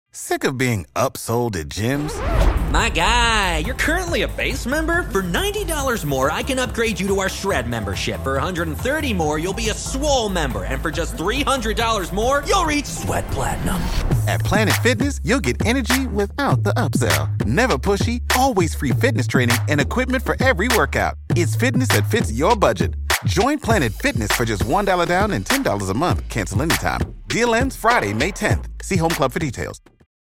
Sick of being upsold at gyms? My guy, you're currently a base member? For $90 more, I can upgrade you to our Shred membership. For $130 more, you'll be a Swole member. And for just $300 more, you'll reach Sweat Platinum. At Planet Fitness, you'll get energy without the upsell. Never pushy, always free fitness training and equipment for every workout. It's fitness that fits your budget. Join Planet Fitness for just $1 down and $10 a month. Cancel anytime. Deal ends Friday, May 10th. See Home Club for details.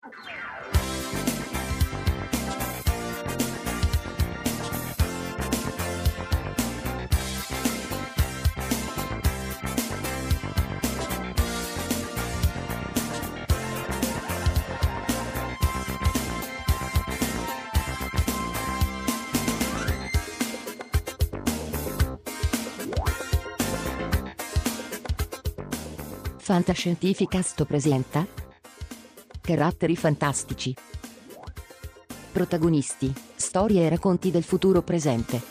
Fantascientificast presenta Caratteri fantastici. Protagonisti, storie e racconti del futuro presente.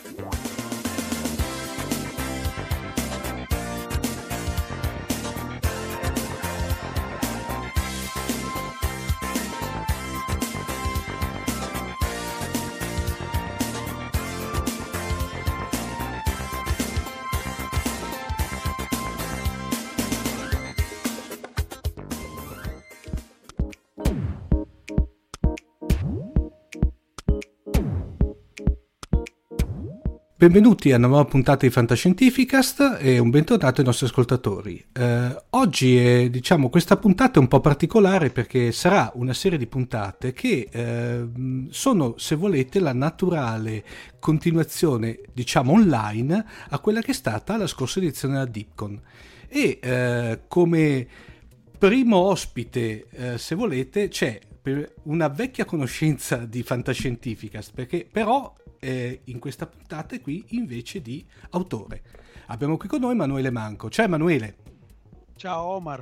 Benvenuti a una nuova puntata di Fantascientificast e un bentornato ai nostri ascoltatori. Oggi questa puntata è un po' particolare perché sarà una serie di puntate che sono, se volete, la naturale continuazione, online, a quella che è stata la scorsa edizione della DeepCon. E come primo ospite, se volete, c'è una vecchia conoscenza di Fantascientificast, perché però in questa puntata qui invece di autore abbiamo qui con noi Emanuele Manco. Ciao Emanuele. Ciao Omar.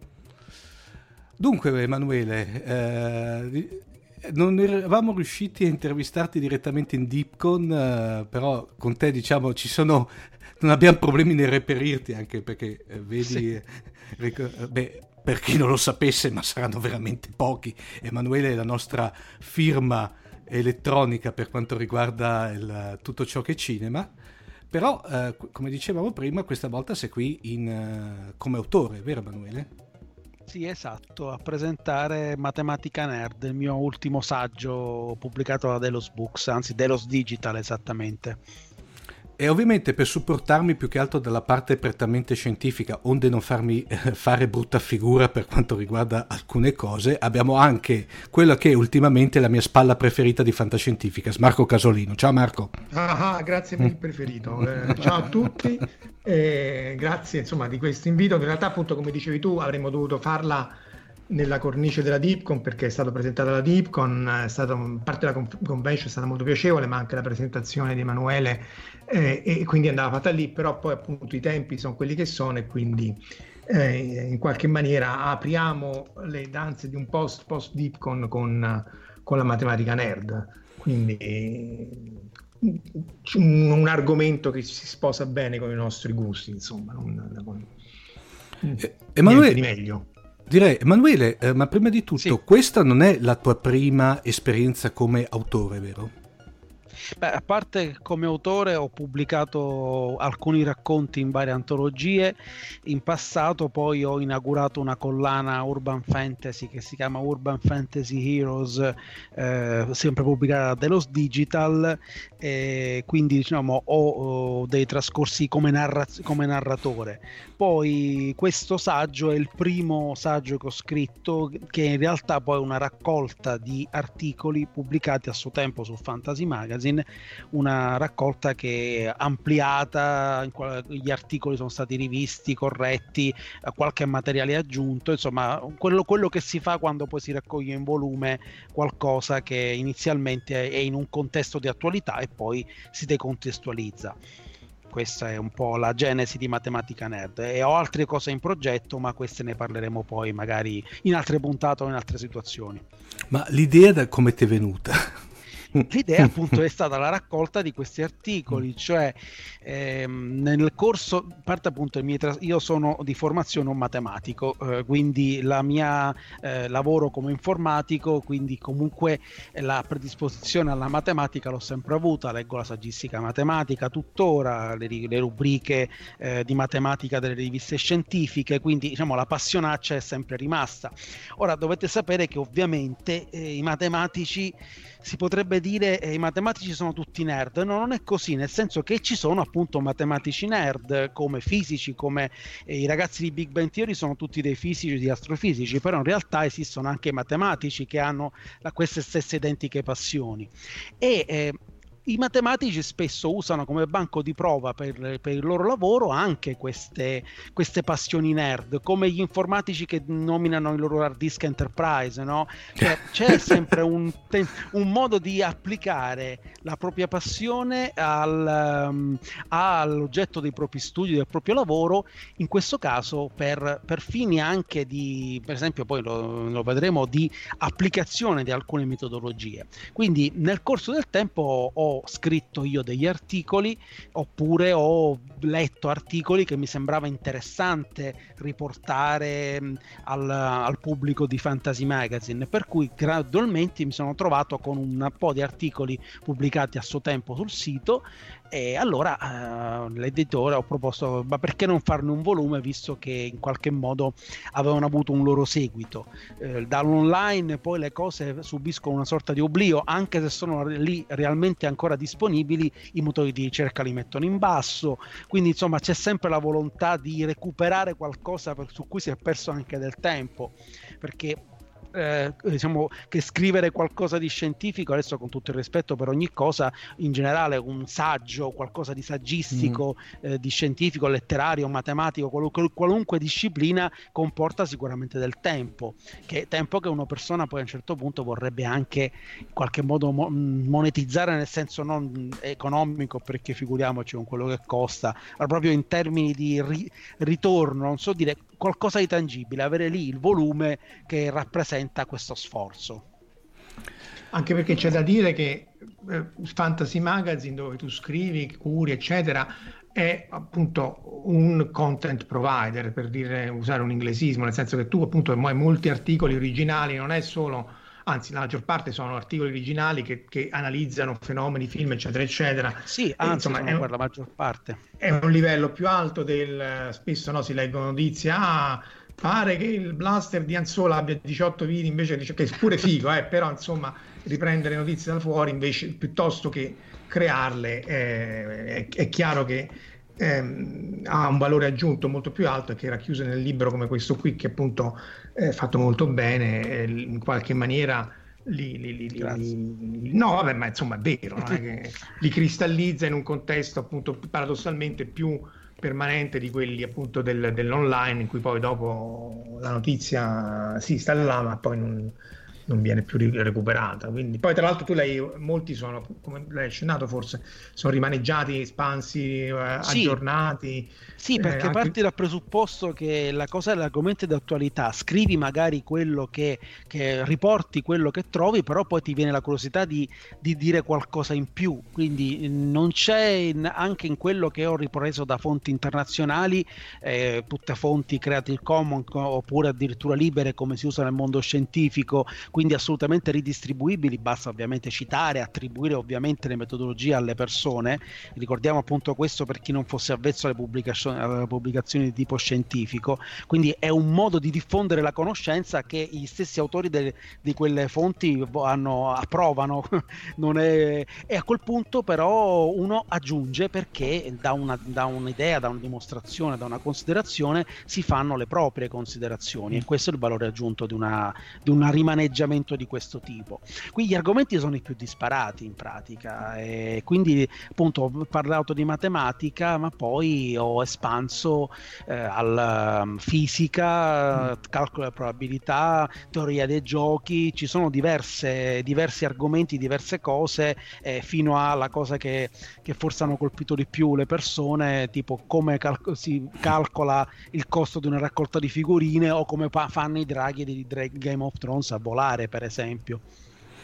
Dunque Emanuele, non eravamo riusciti a intervistarti direttamente in DeepCon, però con te non abbiamo problemi nel reperirti, anche perché vedi sì. Per chi non lo sapesse, ma saranno veramente pochi, Emanuele è la nostra firma elettronica per quanto riguarda tutto ciò che è cinema, però come dicevamo prima, questa volta sei qui come autore, vero Emanuele? Sì, esatto, a presentare Matematica Nerd, il mio ultimo saggio pubblicato da Delos Books, anzi Delos Digital esattamente. E ovviamente per supportarmi più che altro dalla parte prettamente scientifica, onde non farmi fare brutta figura per quanto riguarda alcune cose, abbiamo anche quella che è ultimamente la mia spalla preferita di Fantascientificas, Marco Casolino. Ciao Marco. Grazie per il preferito. Ciao a tutti, grazie di questo invito, che in realtà appunto come dicevi tu avremmo dovuto farla nella cornice della DeepCon, perché è stato presentata la DeepCon, è stata parte della convention, è stata molto piacevole, ma anche la presentazione di Emanuele, e quindi andava fatta lì, però poi appunto i tempi sono quelli che sono e quindi in qualche maniera apriamo le danze di un post DeepCon con la Matematica Nerd, quindi un argomento che si sposa bene con i nostri gusti, insomma, Emanuele, di meglio. Direi, Emanuele, ma prima di tutto, sì. Questa non è la tua prima esperienza come autore, vero? Beh, a parte come autore ho pubblicato alcuni racconti in varie antologie, in passato poi ho inaugurato una collana Urban Fantasy che si chiama Urban Fantasy Heroes, sempre pubblicata da Delos Digital, quindi ho dei trascorsi come narratore. Poi questo saggio è il primo saggio che ho scritto, che in realtà poi è una raccolta di articoli pubblicati a suo tempo su Fantasy Magazine, una raccolta che è ampliata, gli articoli sono stati rivisti, corretti, qualche materiale aggiunto, insomma quello che si fa quando poi si raccoglie in volume qualcosa che inizialmente è in un contesto di attualità e poi si decontestualizza. Questa è un po' la genesi di Matematica Nerd, e ho altre cose in progetto, ma queste ne parleremo poi magari in altre puntate o in altre situazioni. Ma l'idea come ti è venuta? L'idea appunto è stata la raccolta di questi articoli, cioè nel corso, parte appunto io sono di formazione un matematico, quindi la mia lavoro come informatico, quindi comunque la predisposizione alla matematica l'ho sempre avuta, leggo la saggistica matematica tuttora, le rubriche di matematica delle riviste scientifiche, quindi diciamo la passionaccia è sempre rimasta. Ora dovete sapere che ovviamente i matematici, si potrebbe dire i matematici sono tutti nerd. No, non è così, nel senso che ci sono appunto matematici nerd come fisici, come i ragazzi di Big Bang Theory sono tutti dei fisici, di astrofisici, però in realtà esistono anche matematici che hanno queste stesse identiche passioni e i matematici spesso usano come banco di prova per il loro lavoro anche queste passioni nerd, come gli informatici che nominano il loro hard disk Enterprise, no? Cioè, c'è sempre un modo di applicare la propria passione all'oggetto dei propri studi, del proprio lavoro, in questo caso per fini anche di, per esempio poi lo vedremo, di applicazione di alcune metodologie. Quindi nel corso del tempo ho scritto io degli articoli, oppure ho letto articoli che mi sembrava interessante riportare al pubblico di Fantasy Magazine, per cui gradualmente mi sono trovato con un po' di articoli pubblicati a suo tempo sul sito, e allora l'editore ho proposto, ma perché non farne un volume, visto che in qualche modo avevano avuto un loro seguito. Dall'online poi le cose subiscono una sorta di oblio, anche se sono lì realmente ancora disponibili, i motori di ricerca li mettono in basso, quindi insomma c'è sempre la volontà di recuperare qualcosa su cui si è perso anche del tempo, perché diciamo che scrivere qualcosa di scientifico, adesso con tutto il rispetto per ogni cosa, in generale un saggio, qualcosa di saggistico, di scientifico, letterario, matematico, qualunque disciplina, comporta sicuramente del tempo che una persona poi a un certo punto vorrebbe anche in qualche modo monetizzare, nel senso non economico, perché figuriamoci con quello che costa, ma proprio in termini di ritorno, non so dire, qualcosa di tangibile, avere lì il volume che rappresenta questo sforzo. Anche perché c'è da dire che Fantasy Magazine, dove tu scrivi, curi, eccetera, è appunto un content provider, per usare un inglesismo, nel senso che tu appunto hai molti articoli originali, non è solo, anzi la maggior parte sono articoli originali che analizzano fenomeni, film, eccetera eccetera. Sì, anzi, insomma, è per la maggior parte è un livello più alto spesso, no, si leggono notizie, pare che il blaster di Anzola abbia 18 viti invece che è pure figo, però insomma riprendere notizie da fuori invece piuttosto che crearle è chiaro che ha un valore aggiunto molto più alto, e che racchiuse nel libro come questo qui, che appunto è fatto molto bene, in qualche maniera no vabbè, ma insomma è vero, non è che li cristallizza in un contesto appunto paradossalmente più permanente di quelli appunto dell'online, in cui poi dopo la notizia si sta là ma poi non viene più recuperata. Quindi poi tra l'altro molti sono, come l'hai accennato forse, sono rimaneggiati, espansi, aggiornati. Sì, perché anche... parti dal presupposto che la cosa è l'argomento d'attualità, scrivi magari quello che riporti quello che trovi, però poi ti viene la curiosità di dire qualcosa in più, quindi non c'è anche in quello che ho ripreso da fonti internazionali, tutte fonti Creative Commons oppure addirittura libere come si usa nel mondo scientifico, quindi assolutamente ridistribuibili, basta ovviamente citare, attribuire ovviamente le metodologie alle persone. Ricordiamo appunto questo per chi non fosse avvezzo alle pubblicazioni di tipo scientifico, quindi è un modo di diffondere la conoscenza che gli stessi autori di quelle fonti approvano e a quel punto però uno aggiunge, perché da un'idea, da una dimostrazione, da una considerazione si fanno le proprie considerazioni, e questo è il valore aggiunto di un rimaneggiamento di questo tipo. Qui gli argomenti sono i più disparati in pratica, e quindi appunto ho parlato di matematica, ma poi ho espanso alla fisica, calcolo delle probabilità, teoria dei giochi, ci sono diversi argomenti, diverse cose, fino alla cosa che forse hanno colpito di più le persone, tipo come si calcola il costo di una raccolta di figurine, o come fanno i draghi di Game of Thrones a volare, per esempio.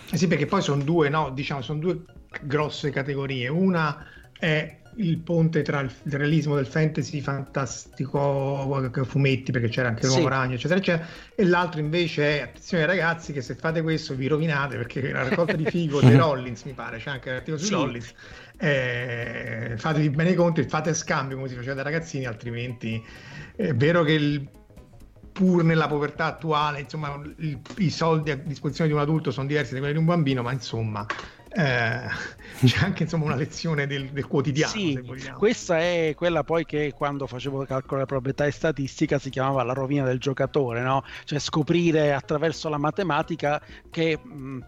Sì, perché poi sono due, no? Diciamo, sono due grosse categorie. Una è il ponte tra il realismo del fantasy fantastico, fumetti, perché c'era anche l'uomo ragno, eccetera, eccetera, e l'altro invece è, attenzione ragazzi, che se fate questo vi rovinate, perché la raccolta di figo dei Rollins, mi pare, c'è anche l'articolo sui Rollins, fatevi bene i conti, fate scambio come si faceva da ragazzini, altrimenti è vero che pur nella povertà attuale, insomma, i soldi a disposizione di un adulto sono diversi da quelli di un bambino, ma insomma c'è anche insomma una lezione del quotidiano, se vogliamo. Questa è quella poi che quando facevo calcolo della probabilità e statistica si chiamava la rovina del giocatore, no? Cioè scoprire attraverso la matematica che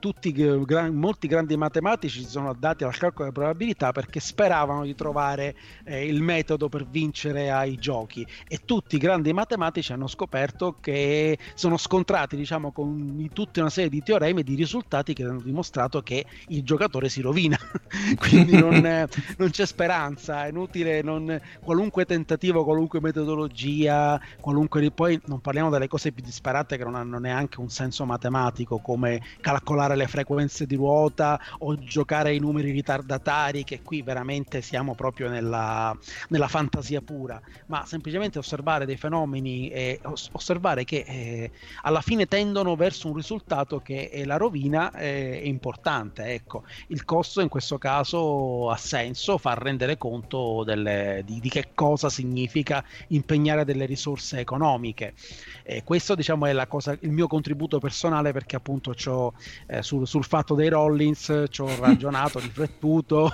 molti grandi matematici si sono addati al calcolo delle probabilità perché speravano di trovare il metodo per vincere ai giochi, e tutti i grandi matematici hanno scoperto che sono scontrati, diciamo, con tutta una serie di teoremi e di risultati che hanno dimostrato che il giocatore si rovina. Quindi non c'è speranza, è inutile, qualunque tentativo, qualunque metodologia, poi non parliamo delle cose più disparate che non hanno neanche un senso matematico, come calcolare le frequenze di ruota o giocare ai numeri ritardatari, che qui veramente siamo proprio nella fantasia pura, ma semplicemente osservare dei fenomeni e osservare che alla fine tendono verso un risultato che è la rovina, è importante, ecco. Il costo in questo caso ha senso, fa rendere conto di che cosa significa impegnare delle risorse economiche. Questo, diciamo, è il mio contributo personale, perché appunto sul fatto dei Rollins ci ho ragionato, riflettuto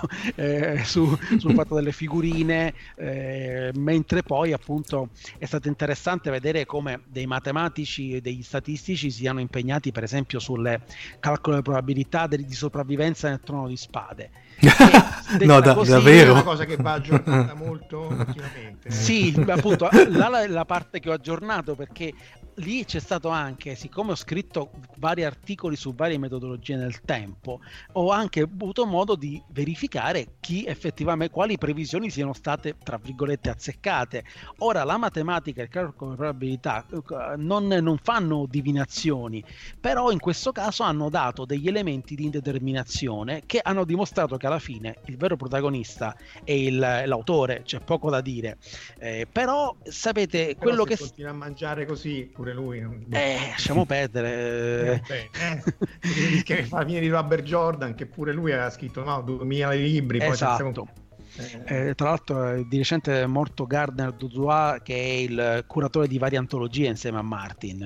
sul fatto delle figurine, mentre poi appunto è stato interessante vedere come dei matematici e degli statistici siano impegnati per esempio sulle calcolo delle probabilità di sopravvivenza nel Trono di Spade. No, davvero? È una cosa che va aggiornata molto ultimamente. Sì, appunto, la parte che ho aggiornato, perché lì c'è stato anche, siccome ho scritto vari articoli su varie metodologie nel tempo, ho anche avuto modo di verificare quali previsioni siano state, tra virgolette, azzeccate. Ora, la matematica e il calcolo delle probabilità non fanno divinazioni, però in questo caso hanno dato degli elementi di indeterminazione che hanno dimostrato che alla fine il vero protagonista è l'autore, c'è poco da dire. Però sapete, quello che continua a mangiare così pure lui, lasciamo perdere, rischia che fa la fine di Robert Jordan, che pure lui aveva scritto 2000 libri, poi esatto. Tra l'altro di recente è morto Gardner Dozois, che è il curatore di varie antologie insieme a Martin,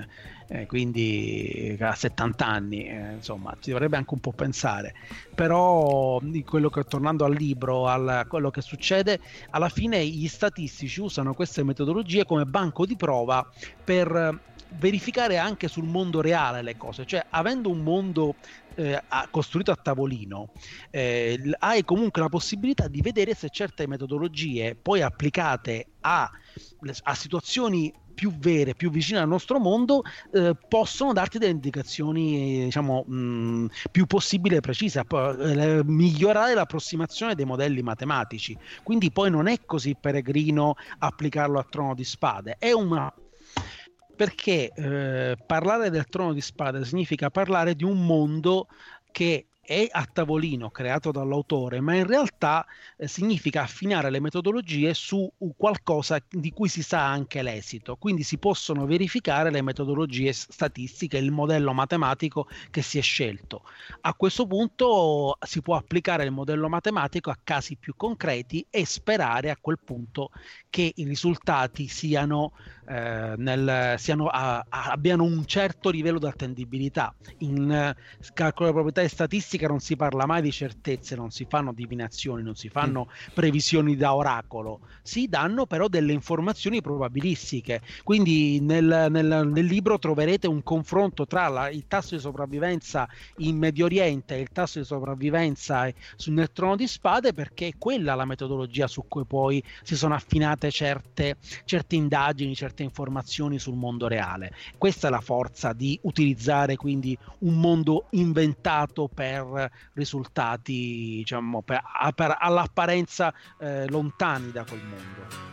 quindi ha 70 anni, insomma ci dovrebbe anche un po' pensare. Però tornando al libro, quello che succede alla fine, gli statistici usano queste metodologie come banco di prova per verificare anche sul mondo reale le cose, cioè avendo un mondo costruito a tavolino, hai comunque la possibilità di vedere se certe metodologie poi applicate a situazioni più vere, più vicine al nostro mondo, possono darti delle indicazioni, diciamo, più possibili e precise, migliorare l'approssimazione dei modelli matematici. Quindi poi non è così peregrino applicarlo al Trono di Spade, perché parlare del Trono di Spade significa parlare di un mondo che è a tavolino, creato dall'autore, ma in realtà significa affinare le metodologie su qualcosa di cui si sa anche l'esito. Quindi si possono verificare le metodologie statistiche, il modello matematico che si è scelto. A questo punto si può applicare il modello matematico a casi più concreti e sperare a quel punto che i risultati abbiano un certo livello di attendibilità. In calcolo delle probabilità e statistica non si parla mai di certezze, non si fanno divinazioni, non si fanno previsioni da oracolo, si danno però delle informazioni probabilistiche. Quindi nel libro troverete un confronto tra il tasso di sopravvivenza in Medio Oriente e il tasso di sopravvivenza nel Trono di Spade, perché è quella la metodologia su cui poi si sono affinate certe indagini, certe informazioni sul mondo reale. Questa è la forza di utilizzare quindi un mondo inventato per risultati, diciamo, all'apparenza lontani da quel mondo.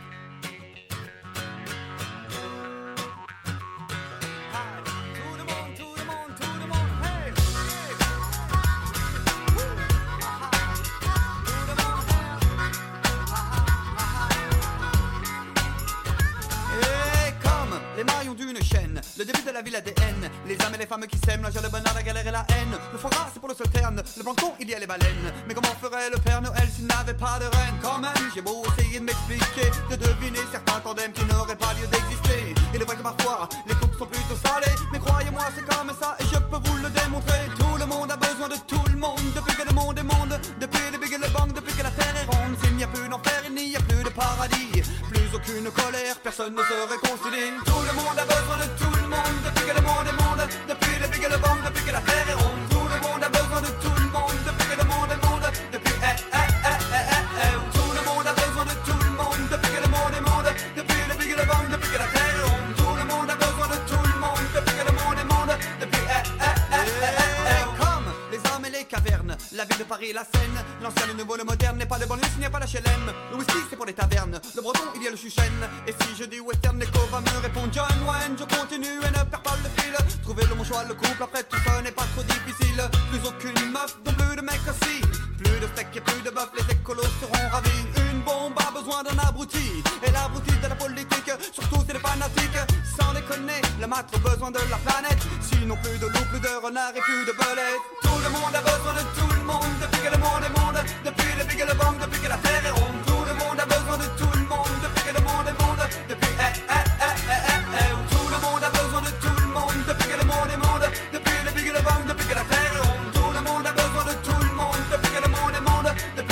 les femmes qui s'aiment, la joie, le bonheur, la galère et la haine. Le foie gras c'est pour le seul terne, le plancton il y a les baleines. Mais comment ferait le Père Noël s'il n'avait pas de reine? Quand même, j'ai beau essayer de m'expliquer, de deviner certains tandems qui n'auraient pas lieu d'exister. Il est vrai que parfois, les couples sont plutôt salés, mais croyez-moi c'est comme ça et je peux vous le démontrer. Tout le monde a besoin de tout le monde, depuis que le monde est monde, depuis le big et le bang, depuis que la terre est ronde. S'il n'y a plus d'enfer, il n'y a plus de paradis, plus aucune colère, personne ne se réconcilie. Tout le monde a besoin de tout le monde, depuis que le monde est monde, depuis le big et le bang, depuis que la terre est ronde. Tout le monde a besoin de tout le monde, depuis que le monde est monde, depuis tout le monde a besoin de tout le monde, depuis que le monde est monde, depuis le big et le bang, depuis que la terre est ronde. Tout le monde a besoin de tout le monde, depuis que le monde est monde, depuis comme les hommes et les cavernes, la ville de Paris et la Seine, l'ancien, le nouveau, le moderne, n'est pas de banlieue s'il n'y a pas la HLM. Le whisky c'est pour les tavernes, le breton il y a le chuchen. Et si je dis western, l'écho va me répondre John Wayne. Je continue et ne perds pas le fil, trouver le bon choix, le couple, après tout ça n'est pas trop difficile. Plus aucune meuf, non plus de mec aussi, plus de steak et plus de bœuf, les écolos seront ravis. Une bombe a besoin d'un abruti, et l'abruti de la politique, surtout c'est les fanatiques. Sans déconner, le mâtre a besoin de la planète, sinon plus de loups, plus de renards et plus de belettes. Tout le monde a besoin de tout le monde, depuis que le monde est monde, depuis le big et le bang, depuis que la terre est ronde. Tout le monde a besoin de tout le monde, depuis que le monde est monde, depuis tout le monde a besoin de tout le monde, depuis que le monde est monde, depuis le big et le bang, depuis que la terre est ronde. Tout le monde a besoin de tout le monde, depuis que le monde est monde, depuis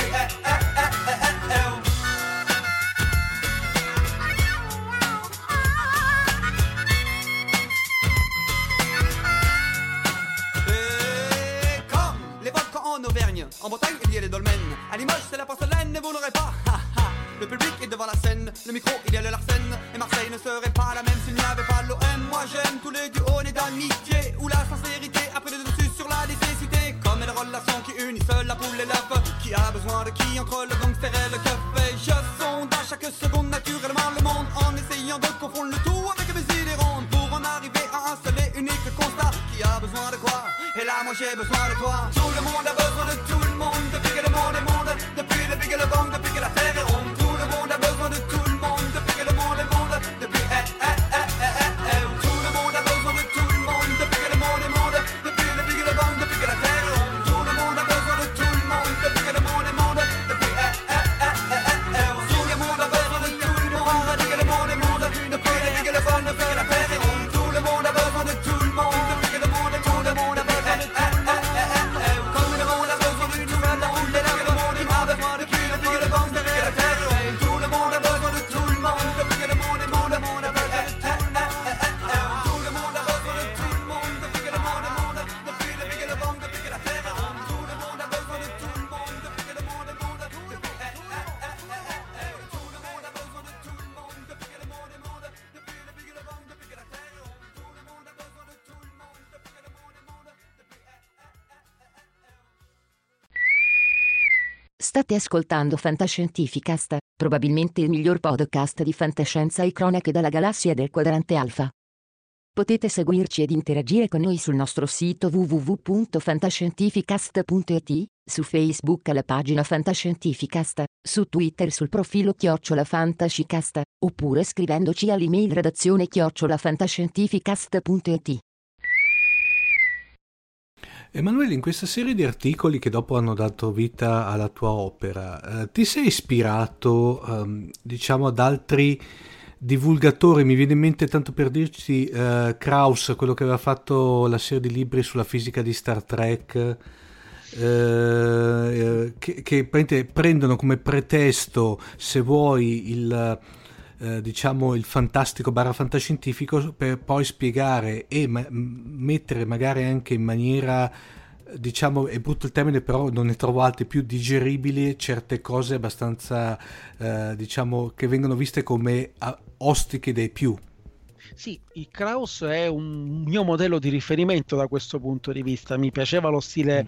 en Auvergne, en Bretagne il y a les dolmens, à Limoges c'est la porcelaine et vous n'aurez pas le public est devant la scène, le micro il y a le Larsen. Et Marseille ne serait pas la même s'il n'y avait pas l'OM. Moi j'aime tous les duos nés d'amitié, où la sincérité a pris le dessus sur la nécessité. Comme les relations qui unissent la poule et l'œuf, qui a besoin de qui entre le gangster et le keuf. Et je sonde à chaque seconde naturellement le monde, en essayant de confondre le tout avec mes idées rondes, pour en arriver à un seul et unique constat. Qui a besoin de quoi? Et là moi j'ai besoin de toi. Tout le monde a besoin de tout le monde, depuis que le monde est monde, depuis le big et le bang, depuis que la terre est ronde. Tout le monde a besoin de tout le monde, depuis que le monde est monde, depuis tout le monde a besoin de tout le monde, depuis que le monde est monde, depuis le big et le bang, depuis que la terre est ronde. Tout le monde a besoin de tout le monde, depuis que le monde est monde, depuis tout le monde a besoin de tout le monde, depuis que le monde est monde, depuis le big et le bang, depuis que la terre est ronde. Tout le monde a besoin de tout le monde, depuis que le monde est monde, le monde a besoin de tout le monde, comme le monde a besoin d'une nouvelle route, et là que le monde a besoin depuis le big et le bang, depuis que la terre est ronde. Tout le monde a besoin de tout le monde, depuis que le monde est monde, le monde a besoin de tout le monde. Tout le monde a besoin de tout le monde, depuis que le monde est monde, depuis le big et le bang, depuis que la terre est ronde. Tout le monde a besoin de tout le monde, depuis que le monde est monde, depuis tout le monde a besoin de tout le monde, depuis que le monde est monde, depuis le big et le bang, depuis que la terre est ronde. Tout le monde a besoin de tout le monde, depuis que le monde est monde, State ascoltando Fantascientificast, probabilmente il miglior podcast di fantascienza e cronache dalla galassia del quadrante alfa. Potete seguirci ed interagire con noi sul nostro sito www.fantascientificast.it, su Facebook alla pagina Fantascientificast, su Twitter sul profilo @fantascicast, oppure scrivendoci all'email redazione @fantascientificast.it. Emanuele, in questa serie di articoli che dopo hanno dato vita alla tua opera, ti sei ispirato, diciamo, ad altri divulgatori? Mi viene in mente, tanto per dirci, Krauss, quello che aveva fatto la serie di libri sulla fisica di Star Trek, che prendono come pretesto, se vuoi, diciamo il fantastico / fantascientifico, per poi spiegare e mettere magari anche in maniera, diciamo, è brutto il termine però non ne trovo altri più digeribili, certe cose abbastanza diciamo che vengono viste come ostiche dei più. Sì, il Krauss è un mio modello di riferimento da questo punto di vista. Mi piaceva lo stile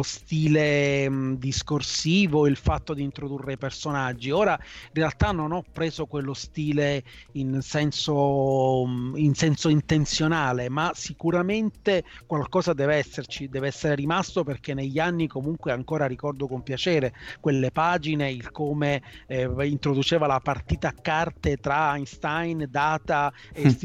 discorsivo, il fatto di introdurre i personaggi. Ora in realtà non ho preso quello stile in senso intenzionale, ma sicuramente qualcosa deve esserci, deve essere rimasto, perché negli anni comunque ancora ricordo con piacere quelle pagine, il come introduceva la partita a carte tra Einstein, Data e Steve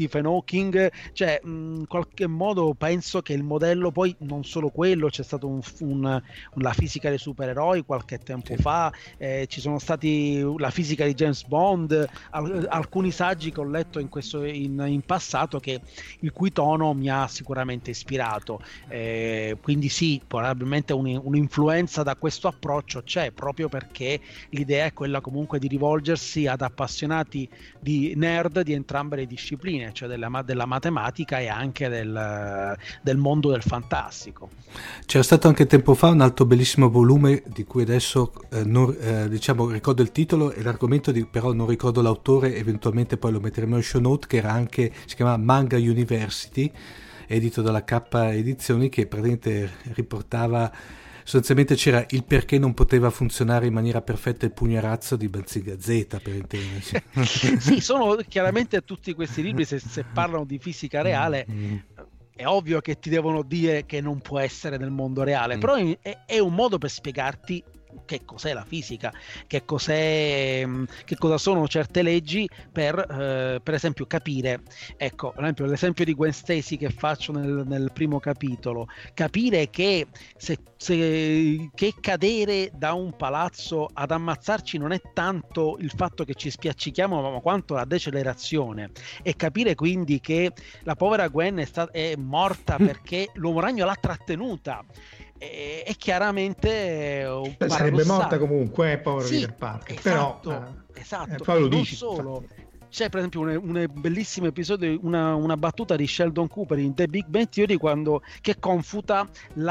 Stephen Hawking, cioè in qualche modo penso che il modello, poi non solo quello, c'è stato la fisica dei supereroi qualche tempo fa, ci sono stati la fisica di James Bond, alcuni saggi che ho letto in passato il cui tono mi ha sicuramente ispirato, quindi sì, probabilmente un'influenza da questo approccio c'è, proprio perché l'idea è quella comunque di rivolgersi ad appassionati di nerd di entrambe le discipline, cioè della matematica e anche del mondo del fantastico. C'era stato anche tempo fa un altro bellissimo volume di cui adesso diciamo ricordo il titolo e l'argomento, però non ricordo l'autore, eventualmente poi lo metteremo in show note, che si chiama Manga University, edito dalla K Edizioni, che praticamente riportava, sostanzialmente c'era il perché non poteva funzionare in maniera perfetta il pugnarazzo di Banziga Z, per intenderci. Sì, sono chiaramente tutti questi libri, se parlano di fisica reale, è ovvio che ti devono dire che non può essere nel mondo reale, però è un modo per spiegarti che cos'è la fisica, che cosa sono certe leggi, per esempio capire, ecco, per esempio l'esempio di Gwen Stacy che faccio nel primo capitolo, capire che che cadere da un palazzo ad ammazzarci non è tanto il fatto che ci spiaccichiamo, ma quanto la decelerazione, e capire quindi che la povera Gwen è morta perché l'uomo ragno l'ha trattenuta. È chiaramente sarebbe morta comunque, povero Peter Parker, esatto, poi lo non dici, solo. C'è per esempio un bellissimo episodio, una battuta di Sheldon Cooper in The Big Bang Theory che confuta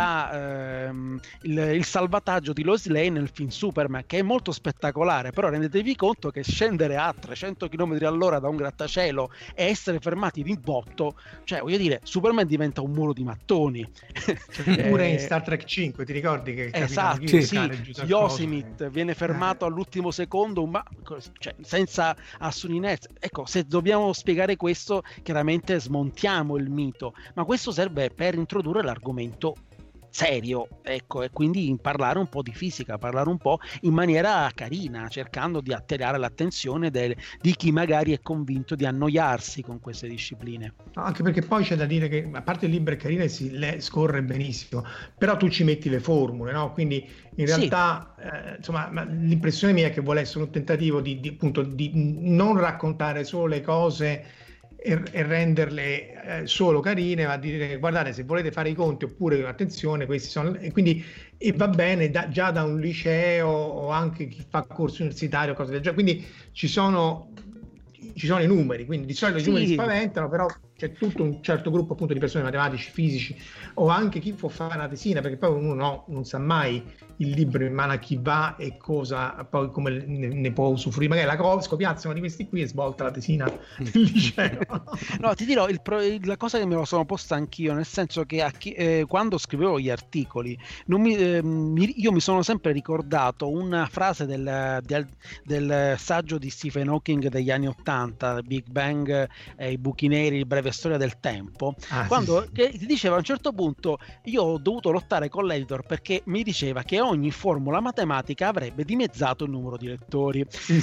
il salvataggio di Lois Lane nel film Superman, che è molto spettacolare, però rendetevi conto che scendere a 300 km all'ora da un grattacielo e essere fermati di botto, cioè voglio dire, Superman diventa un muro di mattoni. Pure in Star Trek 5 ti ricordi che esatto, Yosemite viene fermato all'ultimo secondo, ma cioè, senza assuni inerzia. Ecco, se dobbiamo spiegare questo, chiaramente smontiamo il mito, ma questo serve per introdurre l'argomento serio, ecco, e quindi parlare un po' di fisica, parlare un po' in maniera carina, cercando di attirare l'attenzione di chi magari è convinto di annoiarsi con queste discipline. Anche perché poi c'è da dire che, a parte il libro è carino e scorre benissimo, però tu ci metti le formule, no? Quindi in realtà insomma, l'impressione mia è che vuole essere un tentativo di non raccontare solo le cose e renderle solo carine, ma a dire guardate, se volete fare i conti, oppure attenzione, questi sono, e quindi va bene già da un liceo o anche chi fa corso universitario, cose del genere, quindi ci sono i numeri, quindi di solito i numeri spaventano, però c'è tutto un certo gruppo appunto di persone, matematici, fisici, o anche chi può fare una tesina, perché poi uno non sa mai il libro in mano a chi va e cosa poi come ne può usufruire, magari scopiazzano di questi qui e svolta la tesina del liceo. No, ti dirò, la cosa che me lo sono posta anch'io, nel senso che quando scrivevo gli articoli io mi sono sempre ricordato una frase del saggio di Stephen Hawking degli anni '80, Big Bang, i buchi neri, il breve storia del tempo, che ti diceva a un certo punto: io ho dovuto lottare con l'editor perché mi diceva che ogni formula matematica avrebbe dimezzato il numero di lettori.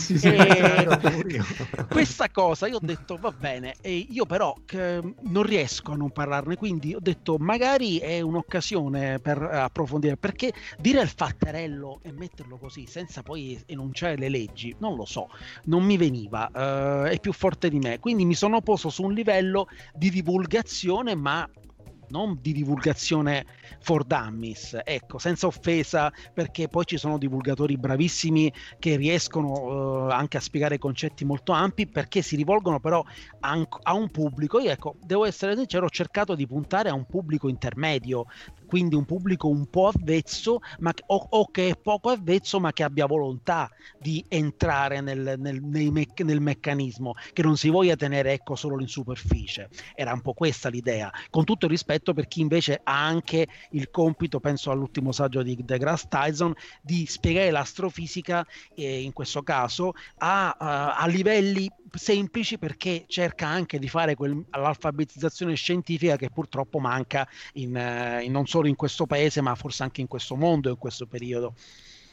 Questa cosa io ho detto va bene, e io però non riesco a non parlarne, quindi ho detto magari è un'occasione per approfondire, perché dire il fatterello e metterlo così senza poi enunciare le leggi, non lo so, non mi veniva, è più forte di me, quindi mi sono posto su un livello di divulgazione, ma non di divulgazione for dummies, ecco, senza offesa, perché poi ci sono divulgatori bravissimi che riescono anche a spiegare concetti molto ampi, perché si rivolgono però a un pubblico. Io, ecco, devo essere sincero, ho cercato di puntare a un pubblico intermedio, quindi un pubblico un po' avvezzo, o che è poco avvezzo, ma che abbia volontà di entrare nel meccanismo, che non si voglia tenere, ecco, solo in superficie. Era un po' questa l'idea, con tutto il rispetto per chi invece ha anche il compito, penso all'ultimo saggio di deGrasse Tyson, di spiegare l'astrofisica, in questo caso a livelli semplici, perché cerca anche di fare l'alfabetizzazione scientifica che purtroppo manca non solo in questo paese, ma forse anche in questo mondo, in questo periodo.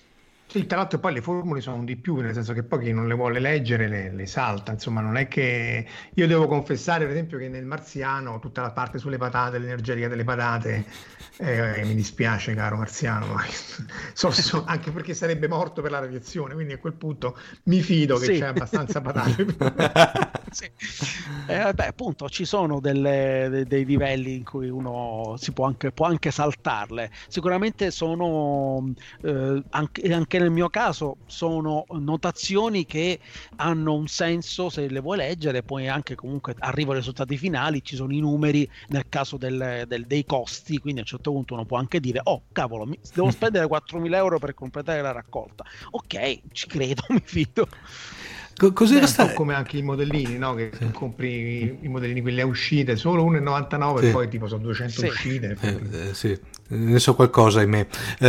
Sì, tra l'altro poi le formule sono di più, nel senso che poi chi non le vuole leggere le salta, insomma non è che io devo confessare per esempio che nel Marziano tutta la parte sulle patate, l'energetica delle patate, mi dispiace caro Marziano, ma anche perché sarebbe morto per la radiazione, quindi a quel punto mi fido che c'è abbastanza patate. Sì. Appunto ci sono dei livelli in cui uno può anche saltarle, sicuramente sono anche nel mio caso sono notazioni che hanno un senso se le vuoi leggere, poi anche comunque arrivano ai risultati finali, ci sono i numeri nel caso dei costi, quindi a un certo punto uno può anche dire oh cavolo, devo spendere 4.000 euro per completare la raccolta, ok, ci credo, mi fido. Cos'era un po' come anche i modellini, no? Che tu compri i modellini quelli a uscite solo 1,99 e poi tipo sono 200 uscite. Sì, ne so qualcosa, ahimè.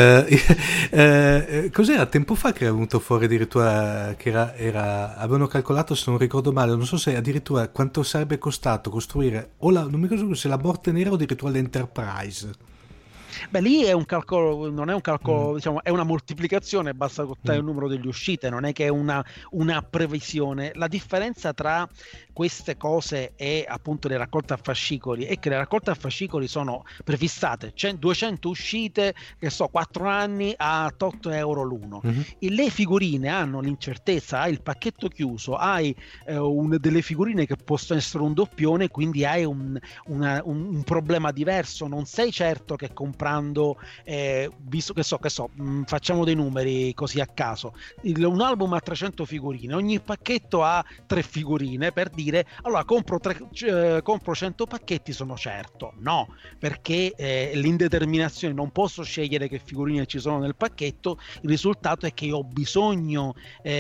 Cos'era tempo fa che era venuto fuori addirittura che avevano calcolato, se non ricordo male, non so se addirittura quanto sarebbe costato costruire non mi ricordo se la Morte Nera o addirittura l'Enterprise. Beh, lì è un calcolo, non è un calcolo, diciamo, è una moltiplicazione, basta contare il numero delle uscite, non è che è una previsione. La differenza tra queste cose e appunto le raccolte a fascicoli è che le raccolte a fascicoli sono prefissate, 200 uscite, che so, 4 anni a 8 euro l'uno. Le figurine hanno l'incertezza, hai il pacchetto chiuso, hai delle figurine che possono essere un doppione, quindi hai un problema diverso, non sei certo che comprando, visto che facciamo dei numeri così a caso, un album ha 300 figurine, ogni pacchetto ha 3 figurine, per dire allora compro 100 pacchetti, sono certo. No, perché l'indeterminazione, non posso scegliere che figurine ci sono nel pacchetto, il risultato è che ho bisogno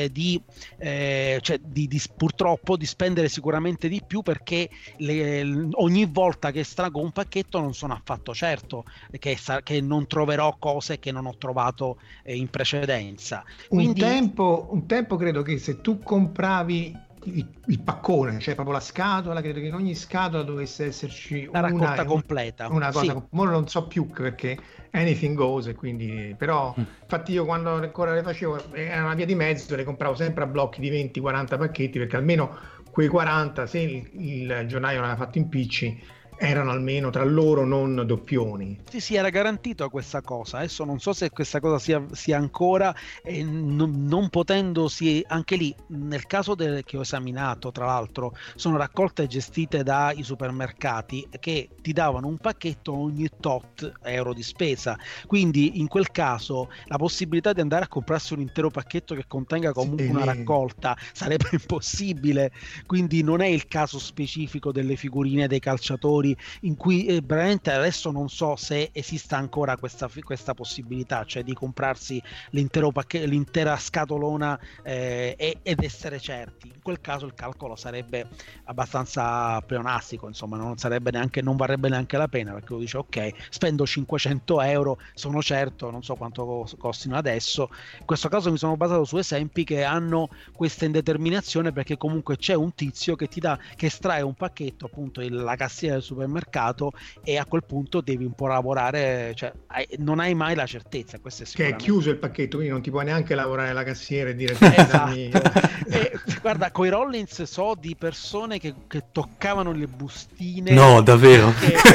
purtroppo di spendere sicuramente di più, perché ogni volta che estraggo un pacchetto non sono affatto certo che non troverò cose che non ho trovato in precedenza. Quindi... Un tempo credo che se tu compravi il paccone, cioè proprio la scatola, credo che in ogni scatola dovesse esserci la raccolta completa, una cosa, sì. Ora non so più perché anything goes, e quindi però infatti io quando ancora le facevo era una via di mezzo, le compravo sempre a blocchi di 20-40 pacchetti, perché almeno quei 40, se il giornale non aveva fatto impicci, erano almeno tra loro non doppioni. Sì, era garantito a questa cosa. Adesso non so se questa cosa sia ancora, non potendosi, anche lì nel caso che ho esaminato, tra l'altro sono raccolte gestite dai supermercati che ti davano un pacchetto ogni tot euro di spesa, quindi in quel caso la possibilità di andare a comprarsi un intero pacchetto che contenga comunque una raccolta sarebbe impossibile, quindi non è il caso specifico delle figurine dei calciatori, in cui veramente adesso non so se esista ancora questa possibilità, cioè di comprarsi l'intera scatolona ed essere certi. In quel caso il calcolo sarebbe abbastanza pleonastico, insomma non varrebbe neanche la pena, perché uno dice ok, spendo 500 euro, sono certo, non so quanto costino adesso. In questo caso mi sono basato su esempi che hanno questa indeterminazione, perché comunque c'è un tizio che estrae un pacchetto, appunto la cassiera del supermercato, e a quel punto devi un po' lavorare, cioè non hai mai la certezza, questo è che è chiuso il pacchetto, quindi non ti puoi neanche lavorare la cassiera e dire guarda, coi Rollins so di persone che toccavano le bustine, no davvero,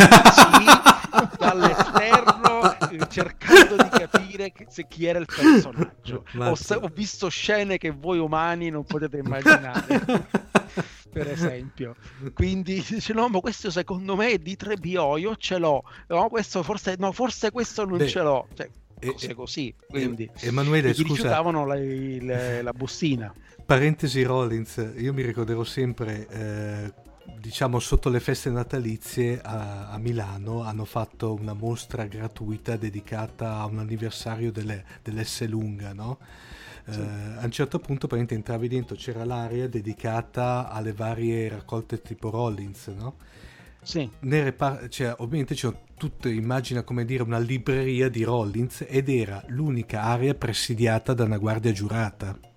dall'esterno, cercando di capire chi era il personaggio. Ho visto scene che voi umani non potete immaginare. Per esempio, quindi dice no, ma questo secondo me è di 3BO, io ce l'ho, no, questo forse questo non ce l'ho, cioè cose così, quindi Emanuele, scusa, rifiutavano la bustina. Parentesi Rollins, io mi ricorderò sempre diciamo sotto le feste natalizie a Milano hanno fatto una mostra gratuita dedicata a un anniversario dell'S lunga, no? Sì. A un certo punto entravi dentro, c'era l'area dedicata alle varie raccolte tipo Rollins, no? Sì. Cioè, ovviamente c'era tutto, immagina come dire una libreria di Rollins, ed era l'unica area presidiata da una guardia giurata.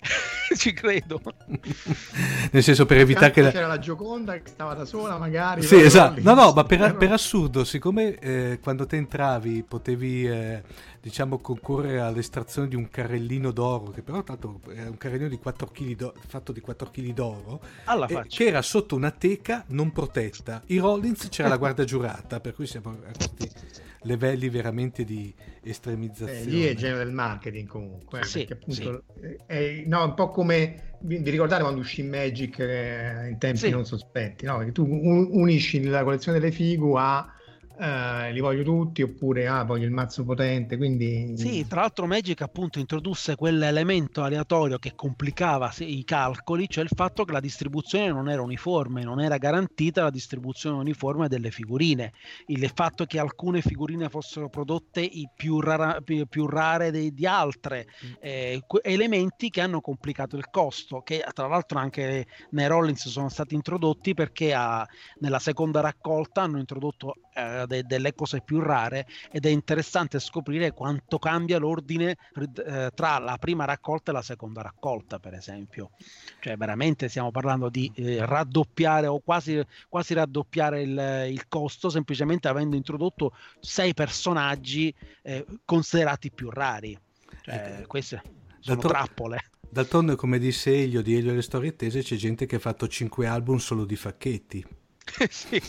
Ci credo. Nel senso, per evitare che c'era la Gioconda che stava da sola magari. Sì, esatto. No, ma per assurdo, siccome quando te entravi potevi diciamo concorrere all'estrazione di un carrellino d'oro, che però tanto è un carrellino di 4 kg fatto di 4 kg d'oro, che era sotto una teca non protetta. I Rollins c'era la guardia giurata, per cui siamo a questi livelli veramente di estremizzazione. Lì è il genio del marketing comunque, sì, perché appunto è un po' come vi ricordate quando uscì Magic in tempi non sospetti, no? Perché tu unisci la collezione delle figu a li voglio tutti, oppure voglio il mazzo potente, quindi sì, tra l'altro Magic appunto introdusse quell'elemento aleatorio che complicava i calcoli, cioè il fatto che la distribuzione non era uniforme, non era garantita la distribuzione uniforme delle figurine, il fatto che alcune figurine fossero prodotte più rare di altre, elementi che hanno complicato il costo, che tra l'altro anche nei Rollins sono stati introdotti perché nella seconda raccolta hanno introdotto delle cose più rare, ed è interessante scoprire quanto cambia l'ordine tra la prima raccolta e la seconda raccolta, per esempio. Cioè veramente stiamo parlando di raddoppiare o quasi raddoppiare il costo, semplicemente avendo introdotto 6 personaggi considerati più rari. Cioè, queste sono trappole. D'altronde, come disse Elio di Elio e le storie tese, c'è gente che ha fatto 5 album solo di facchetti. sì,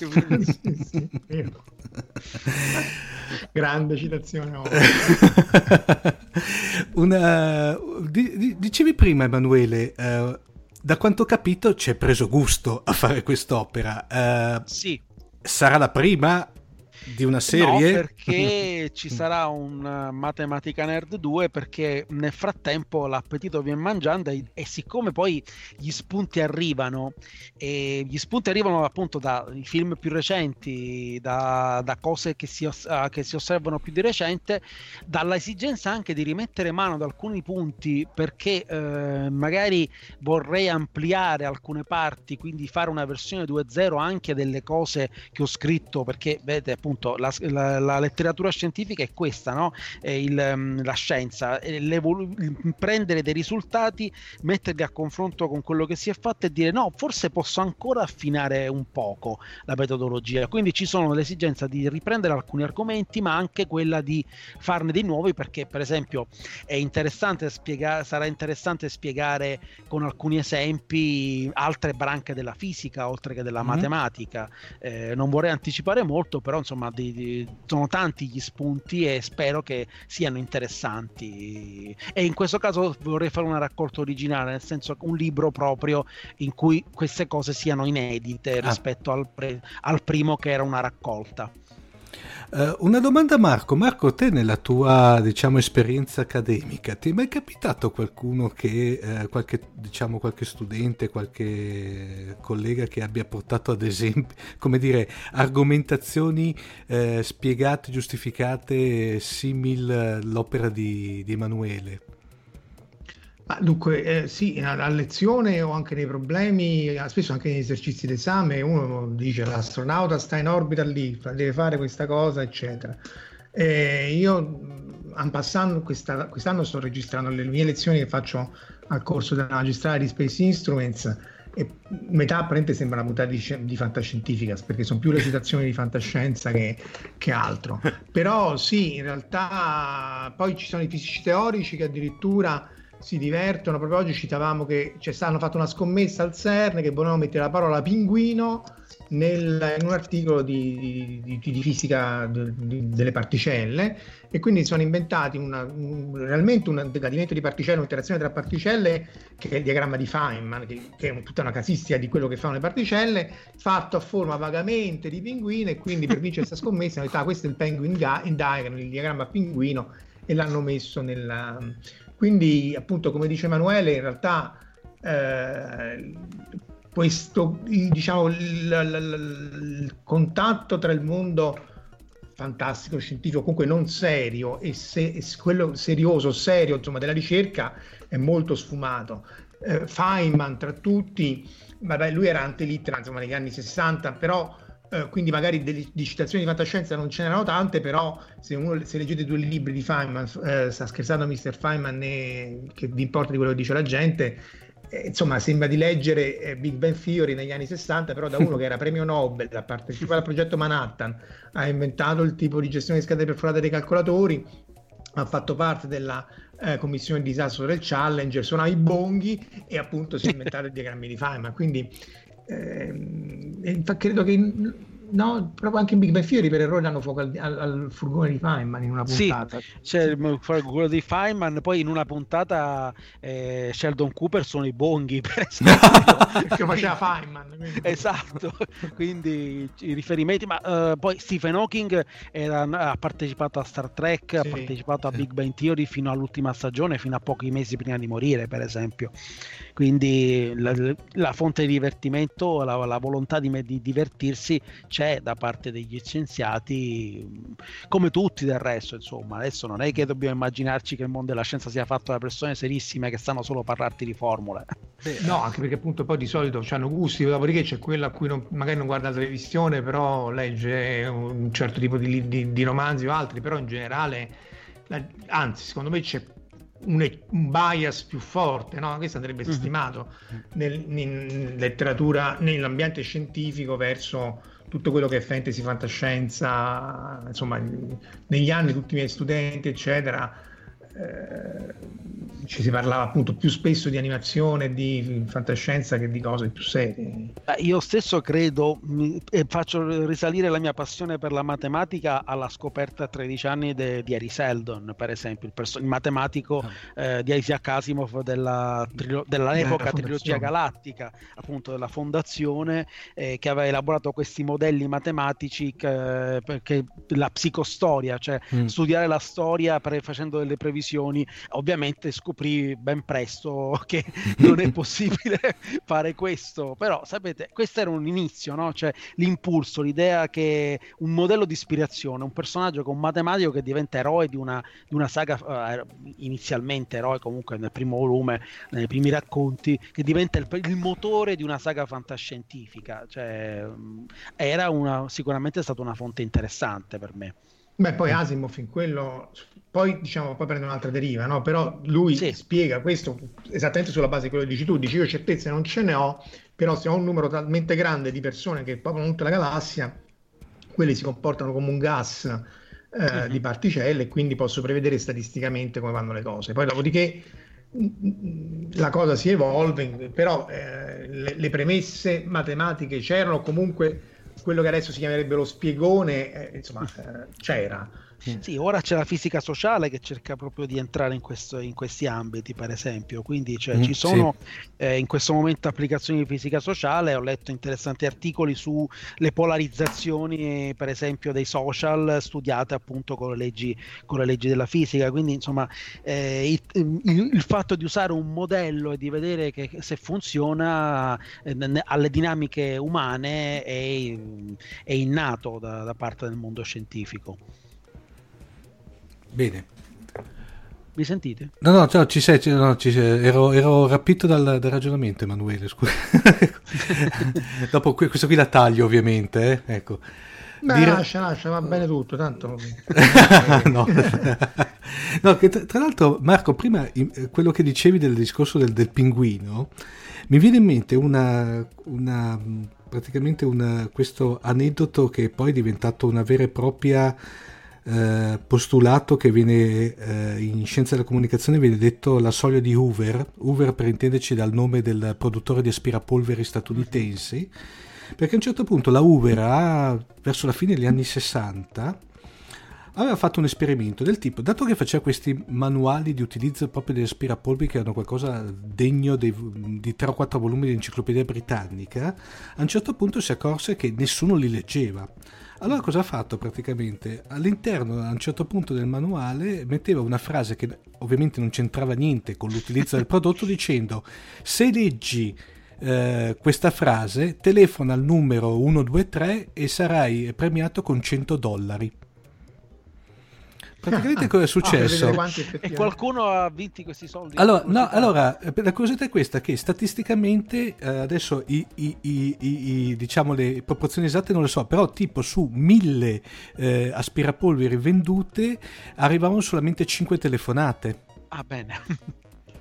grande citazione. Dicevi prima, Emanuele, da quanto ho capito ci hai preso gusto a fare quest'opera. Sì. Sarà la prima di una serie? No, perché ci sarà un Matematica Nerd 2, perché nel frattempo l'appetito viene mangiando e siccome poi gli spunti arrivano appunto dai film più recenti, da cose che si osservano più di recente, dalla esigenza anche di rimettere mano ad alcuni punti, perché magari vorrei ampliare alcune parti, quindi fare una versione 2.0 anche delle cose che ho scritto, perché vedete appunto la letteratura scientifica è questa, no? La scienza, prendere dei risultati, metterli a confronto con quello che si è fatto e dire no, forse posso ancora affinare un poco la metodologia, quindi ci sono l'esigenza di riprendere alcuni argomenti ma anche quella di farne di nuovi, perché per esempio sarà interessante spiegare con alcuni esempi altre branche della fisica oltre che della matematica. Non vorrei anticipare molto, però insomma sono tanti gli spunti e spero che siano interessanti, e in questo caso vorrei fare una raccolta originale, nel senso un libro proprio in cui queste cose siano inedite rispetto al primo che era una raccolta. Una domanda, Marco, te nella tua esperienza accademica ti è mai capitato qualcuno che qualche studente, qualche collega che abbia portato ad esempio, come dire, argomentazioni spiegate, giustificate simil l'opera di Emanuele? Dunque, sì, a lezione o anche nei problemi, spesso anche negli esercizi d'esame, uno dice l'astronauta sta in orbita lì, deve fare questa cosa, eccetera. Io, en passant, quest'anno sto registrando le mie lezioni che faccio al corso della magistrale di Space Instruments, e metà apparentemente sembra una puntata di fantascientificas, perché sono più le citazioni di fantascienza che altro. Però sì, in realtà poi ci sono i fisici teorici che addirittura si divertono. Proprio oggi citavamo che hanno fatto una scommessa al CERN che volevano mettere la parola pinguino in un articolo di fisica delle particelle, e quindi sono inventati realmente un decadimento di particelle, un'interazione tra particelle, che è il diagramma di Feynman, che è tutta una casistica di quello che fanno le particelle, fatto a forma vagamente di pinguino, e quindi per vincere questa scommessa hanno detto questo è il penguin diagram, il diagramma pinguino, e l'hanno messo Quindi, appunto, come dice Emanuele, in realtà questo, il contatto tra il mondo fantastico, scientifico, comunque non serio, e quello serioso, serio, insomma, della ricerca è molto sfumato. Feynman, tra tutti, lui era antelittera, insomma, negli anni 60, però quindi magari di citazioni di fantascienza non ce n'erano tante, però se leggete 2 libri di Feynman, sta scherzando Mr. Feynman, che vi importa di quello che dice la gente, insomma, sembra di leggere Big Bang Theory negli anni 60, però da uno che era premio Nobel, ha partecipato al progetto Manhattan, ha inventato il tipo di gestione di schede perforate dei calcolatori, ha fatto parte della commissione di disastro del Challenger, suonava i bonghi e appunto si è inventato i diagrammi di Feynman. Quindi credo che proprio anche in Big Bang Theory per errore danno fuoco al furgone di Feynman in una puntata. Sì, c'è il furgone di Feynman, poi in una puntata Sheldon Cooper sono i bonghi, per esempio. Che faceva Feynman. Quindi. Esatto, quindi i riferimenti, ma poi Stephen Hawking ha partecipato a Star Trek, ha partecipato a Big Bang Theory fino all'ultima stagione, fino a pochi mesi prima di morire, per esempio. Quindi la fonte di divertimento, la volontà di divertirsi c'è da parte degli scienziati, come tutti del resto, insomma. Adesso non è che dobbiamo immaginarci che il mondo della scienza sia fatto da persone serissime che sanno solo parlarti di formule. No, anche perché appunto poi di solito hanno gusti, dopodiché c'è quello a cui magari non guarda la televisione, però legge un certo tipo di romanzi o altri, però in generale, anzi secondo me c'è un bias più forte, no? Questo andrebbe stimato in letteratura, nell'ambiente scientifico, verso tutto quello che è fantasy, fantascienza. Insomma, negli anni tutti i miei studenti eccetera ci si parlava appunto più spesso di animazione, di fantascienza che di cose più serie. Io stesso credo, e faccio risalire la mia passione per la matematica alla scoperta a 13 anni di Harry Seldon, per esempio, il matematico di Isaac Asimov dell'epoca trilogia galattica, appunto della fondazione, che aveva elaborato questi modelli matematici perché la psicostoria, cioè studiare la storia facendo delle previsioni. Ovviamente scoprì ben presto che non è possibile fare questo, però sapete, questo era un inizio, no? Cioè l'impulso, l'idea che un modello di ispirazione, un personaggio con un matematico che diventa eroe di una saga, inizialmente eroe comunque nel primo volume, nei primi racconti, che diventa il motore di una saga fantascientifica, cioè sicuramente è stata una fonte interessante per me. Beh, poi Asimov in quello, poi prende un'altra deriva, no? Però lui spiega questo esattamente sulla base di quello che dici tu. Dici, io certezze non ce ne ho, però se ho un numero talmente grande di persone che popolano tutta la galassia, quelli si comportano come un gas di particelle, e quindi posso prevedere statisticamente come vanno le cose. Poi dopodiché la cosa si evolve, però le premesse matematiche c'erano, comunque quello che adesso si chiamerebbe lo spiegone, c'era. Sì, ora c'è la fisica sociale che cerca proprio di entrare in questi ambiti, per esempio, quindi ci sono in questo momento applicazioni di fisica sociale. Ho letto interessanti articoli sulle polarizzazioni, per esempio, dei social, studiate appunto con le leggi della fisica. Quindi insomma il fatto di usare un modello e di vedere che se funziona alle dinamiche umane è innato da parte del mondo scientifico. Bene. Mi sentite? No, ci sei. Ero rapito dal ragionamento, Emanuele, scusa. Dopo questo qui la taglio, ovviamente, ecco. Beh, lascia, va bene tutto, tanto. No, che tra l'altro, Marco, prima quello che dicevi del discorso del pinguino, mi viene in mente praticamente questo aneddoto che poi è diventato una vera e propria postulato, che viene in scienza della comunicazione viene detto la soglia di Hoover, per intenderci dal nome del produttore di aspirapolveri statunitensi, perché a un certo punto la Hoover verso la fine degli anni 60 aveva fatto un esperimento del tipo, dato che faceva questi manuali di utilizzo proprio degli aspirapolveri che erano qualcosa degno di 3 o 4 volumi di Enciclopedia Britannica, a un certo punto si accorse che nessuno li leggeva. Allora cosa ha fatto praticamente? All'interno, a un certo punto del manuale, metteva una frase che ovviamente non c'entrava niente con l'utilizzo del prodotto, dicendo: se leggi questa frase, telefona al numero 123 e sarai premiato con $100. Praticamente cosa è successo? E qualcuno ha vinto questi soldi? Allora, la curiosità è questa, che statisticamente adesso diciamo le proporzioni esatte non le so, però tipo su 1000 aspirapolveri vendute arrivavano solamente 5 telefonate. Ah, bene.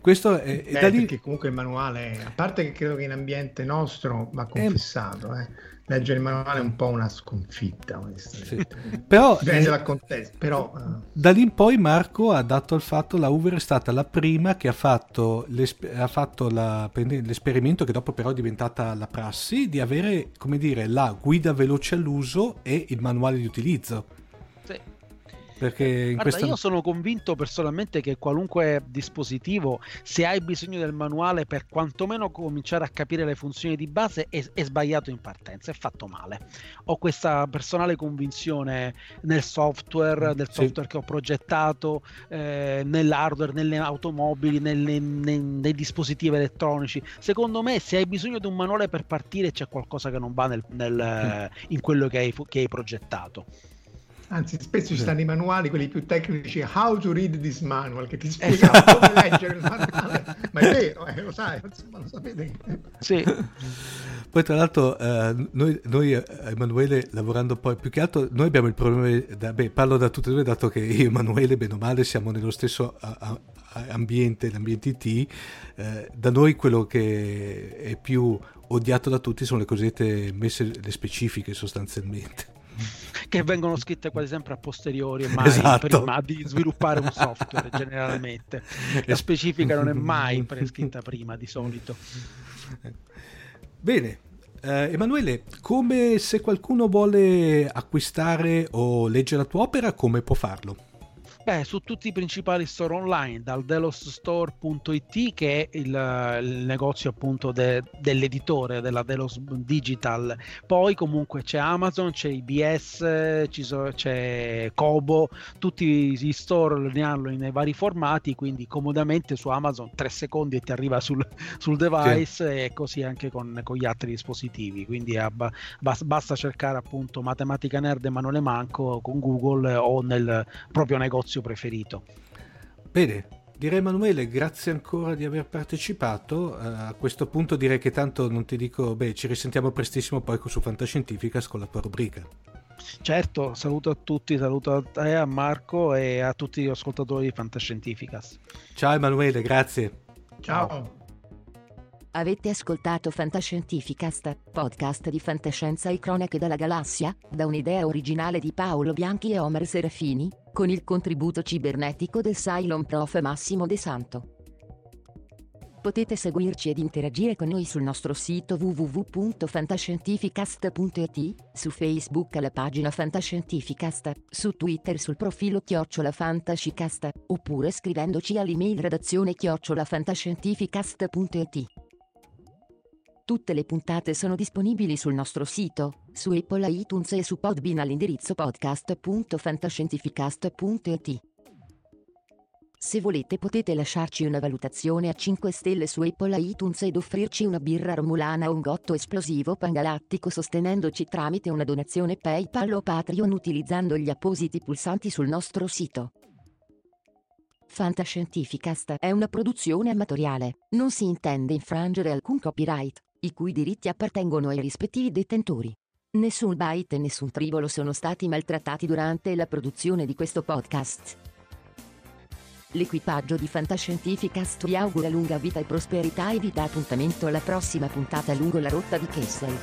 Questo è da lì... Perché comunque il manuale, a parte che credo che in ambiente nostro va confessato, leggere il manuale è un po' una sconfitta, onestamente. Sì. Però dipende dal contesto, però da lì in poi Marco ha dato al fatto, la Hoover è stata la prima che ha fatto l'esperimento, che dopo però è diventata la prassi, di avere, come dire, la guida veloce all'uso e il manuale di utilizzo. Sì. Perché io sono convinto personalmente che qualunque dispositivo, se hai bisogno del manuale per quantomeno cominciare a capire le funzioni di base, è sbagliato in partenza, è fatto male. Ho questa personale convinzione nel software, che ho progettato, nell'hardware, nelle automobili, nei dispositivi elettronici. Secondo me, se hai bisogno di un manuale per partire, c'è qualcosa che non va in quello che hai progettato. Anzi, spesso ci stanno i manuali, quelli più tecnici, how to read this manual, che ti spiegano come leggere il manuale. Ma è vero, lo sai, insomma, lo sapete. Sì. Poi tra l'altro noi Emanuele, lavorando poi più che altro, noi abbiamo il problema, parlo da tutti e due, dato che io e Emanuele bene o male siamo nello stesso ambiente, l'ambiente IT. Da noi quello che è più odiato da tutti sono le cosiddette le specifiche, sostanzialmente, che vengono scritte quasi sempre a posteriori e mai prima di sviluppare un software. Generalmente la specifica non è mai prescritta prima, di solito. Bene, Emanuele, come, se qualcuno vuole acquistare o leggere la tua opera, come può farlo? Su tutti i principali store online, dal delosstore.it, che è il negozio appunto dell'editore, della Delos Digital. Poi comunque c'è Amazon, c'è IBS, c'è Kobo, tutti gli store ne hanno nei vari formati, quindi comodamente su Amazon 3 secondi e ti arriva sul device, e così anche con gli altri dispositivi. Quindi basta cercare appunto Matematica Nerd Emanuele Manco con Google o nel proprio negozio preferito. Bene, direi Emanuele, grazie ancora di aver partecipato. A questo punto direi che tanto non ti dico, ci risentiamo prestissimo poi su Fantascientificast con la tua rubrica. Certo, saluto a tutti, saluto a te, a Marco e a tutti gli ascoltatori di Fantascientificast. Ciao Emanuele, grazie. Ciao. Avete ascoltato Fantascientificast, podcast di fantascienza e cronache dalla galassia, da un'idea originale di Paolo Bianchi e Omer Serafini, con il contributo cibernetico del Cylon Prof Massimo De Santo. Potete seguirci ed interagire con noi sul nostro sito www.fantascientificast.it, su Facebook alla pagina Fantascientificast, su Twitter sul profilo @fantascicast, oppure scrivendoci all'email redazione@fantascientificast.it. Tutte le puntate sono disponibili sul nostro sito, su Apple iTunes e su Podbean all'indirizzo podcast.fantascientificast.it. Se volete potete lasciarci una valutazione a 5 stelle su Apple iTunes ed offrirci una birra romulana o un gotto esplosivo pangalattico sostenendoci tramite una donazione PayPal o Patreon utilizzando gli appositi pulsanti sul nostro sito. Fantascientificast è una produzione amatoriale, non si intende infrangere alcun copyright, i cui diritti appartengono ai rispettivi detentori. Nessun byte e nessun tribolo sono stati maltrattati durante la produzione di questo podcast. L'equipaggio di Fantascientificast vi augura lunga vita e prosperità e vi dà appuntamento alla prossima puntata lungo la rotta di Kessel.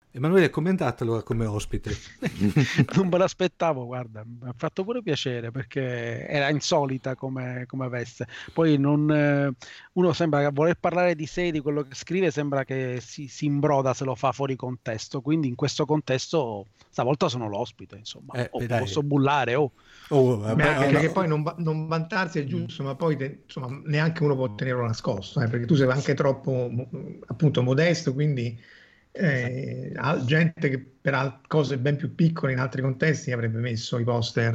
Emanuele, com'è andata allora come ospite? Non me l'aspettavo, guarda, mi ha fatto pure piacere perché era insolita come veste. Poi uno sembra che voler parlare di sé, di quello che scrive, sembra che si imbroda se lo fa fuori contesto. Quindi in questo contesto stavolta sono l'ospite, insomma. Posso bullare, anche che poi non vantarsi è giusto, ma poi insomma neanche uno può tenerlo nascosto, perché tu sei anche troppo appunto modesto, quindi gente che per cose ben più piccole in altri contesti avrebbe messo i poster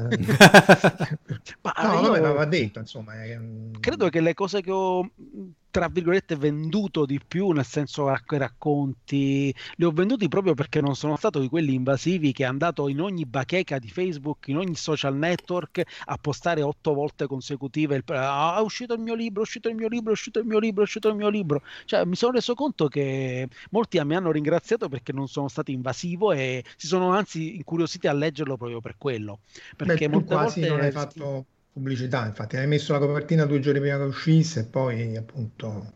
ma va detto, insomma. Credo che le cose che ho, tra virgolette, venduto di più, nel senso racconti, li ho venduti proprio perché non sono stato di quelli invasivi che è andato in ogni bacheca di Facebook, in ogni social network a postare 8 volte consecutive è uscito il mio libro, è uscito il mio libro, è uscito il mio libro, è uscito il mio libro. Cioè, mi sono reso conto che molti mi hanno ringraziato perché non sono stato invasivo e si sono anzi incuriositi a leggerlo proprio per quello. Perché molte quasi volte non hai fatto pubblicità, infatti hai messo la copertina 2 giorni prima che uscisse e poi appunto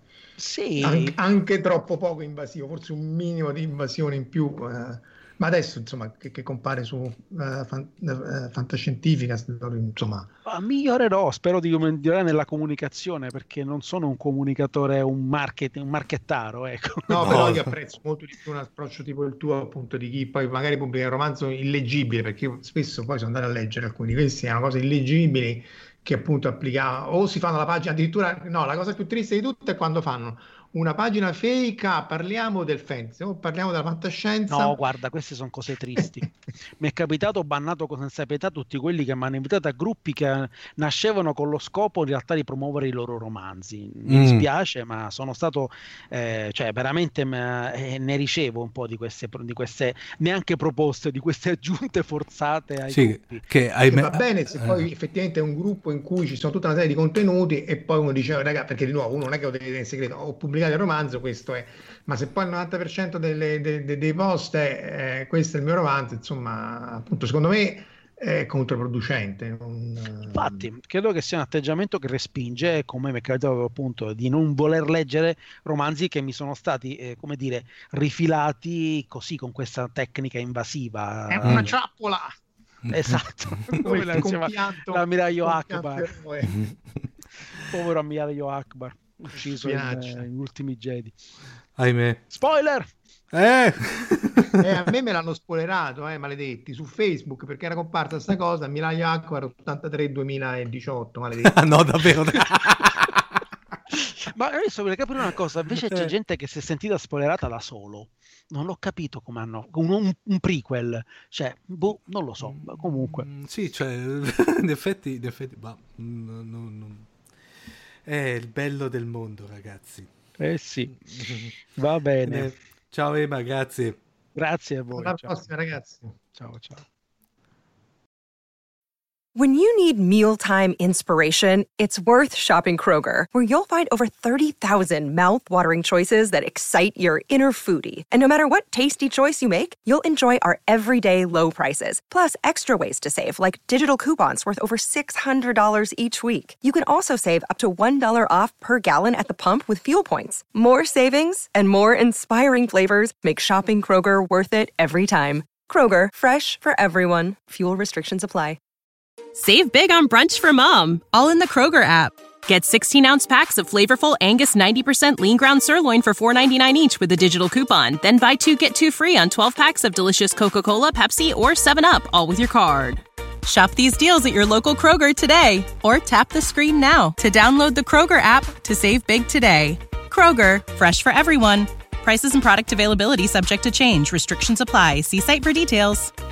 anche troppo poco invasivo, forse un minimo di invasione in più, ma adesso insomma che compare su Fantascientifica, insomma migliorerò, spero di migliorare nella comunicazione perché non sono un comunicatore, un marchettaro, ecco. No, però io apprezzo molto di più un approccio tipo il tuo, appunto, di chi poi magari pubblica un romanzo illeggibile, perché io spesso poi sono andato a leggere alcuni di questi, erano cose illeggibili che appunto applicava, o si fanno la pagina, addirittura no, la cosa più triste di tutto è quando fanno una pagina fake, parliamo del fantasy o parliamo della fantascienza. No, guarda, queste sono cose tristi. Mi è capitato bannato con senza pietà tutti quelli che mi hanno invitato a gruppi che nascevano con lo scopo in realtà di promuovere i loro romanzi. Mi dispiace, ma sono stato cioè veramente ne ricevo un po' di queste neanche proposte, di queste aggiunte forzate ai gruppi. Che va bene se poi effettivamente è un gruppo in cui ci sono tutta una serie di contenuti e poi uno dice raga, perché di nuovo uno non è che lo deve tenere in segreto, ho pubblicato il romanzo, questo è, ma se poi il 90% dei post è questo è il mio romanzo, insomma, appunto secondo me è controproducente. Infatti credo che sia un atteggiamento che respinge, come mi è capitato appunto di non voler leggere romanzi che mi sono stati come dire rifilati così con questa tecnica invasiva. È una trappola. Esatto, come la diceva l'ammiraglio Akbar. Povero ammiraglio Akbar, ucciso in Ultimi Jedi. Ahimè. Spoiler! A me l'hanno spoilerato, maledetti, su Facebook, perché era comparsa sta cosa, ammiraglio Akbar 83-2018, maledetti. No, davvero. Ma adesso vorrei capire una cosa, invece c'è gente che si è sentita spoilerata da solo. Non l'ho capito come hanno un prequel, cioè non lo so, comunque sì, cioè in effetti ma è il bello del mondo, ragazzi. Sì, va bene. Ciao Ema, grazie a voi. Alla prossima, ragazzi. Ciao. When you need mealtime inspiration, it's worth shopping Kroger, where you'll find over 30,000 mouth-watering choices that excite your inner foodie. And no matter what tasty choice you make, you'll enjoy our everyday low prices, plus extra ways to save, like digital coupons worth over $600 each week. You can also save up to $1 off per gallon at the pump with fuel points. More savings and more inspiring flavors make shopping Kroger worth it every time. Kroger, fresh for everyone. Fuel restrictions apply. Save big on brunch for mom, all in the Kroger app. Get 16-ounce packs of flavorful Angus 90% lean ground sirloin for $4.99 each with a digital coupon. Then buy 2, get 2 free on 12 packs of delicious Coca-Cola, Pepsi, or 7-Up, all with your card. Shop these deals at your local Kroger today, or tap the screen now to download the Kroger app to save big today. Kroger, fresh for everyone. Prices and product availability subject to change. Restrictions apply. See site for details.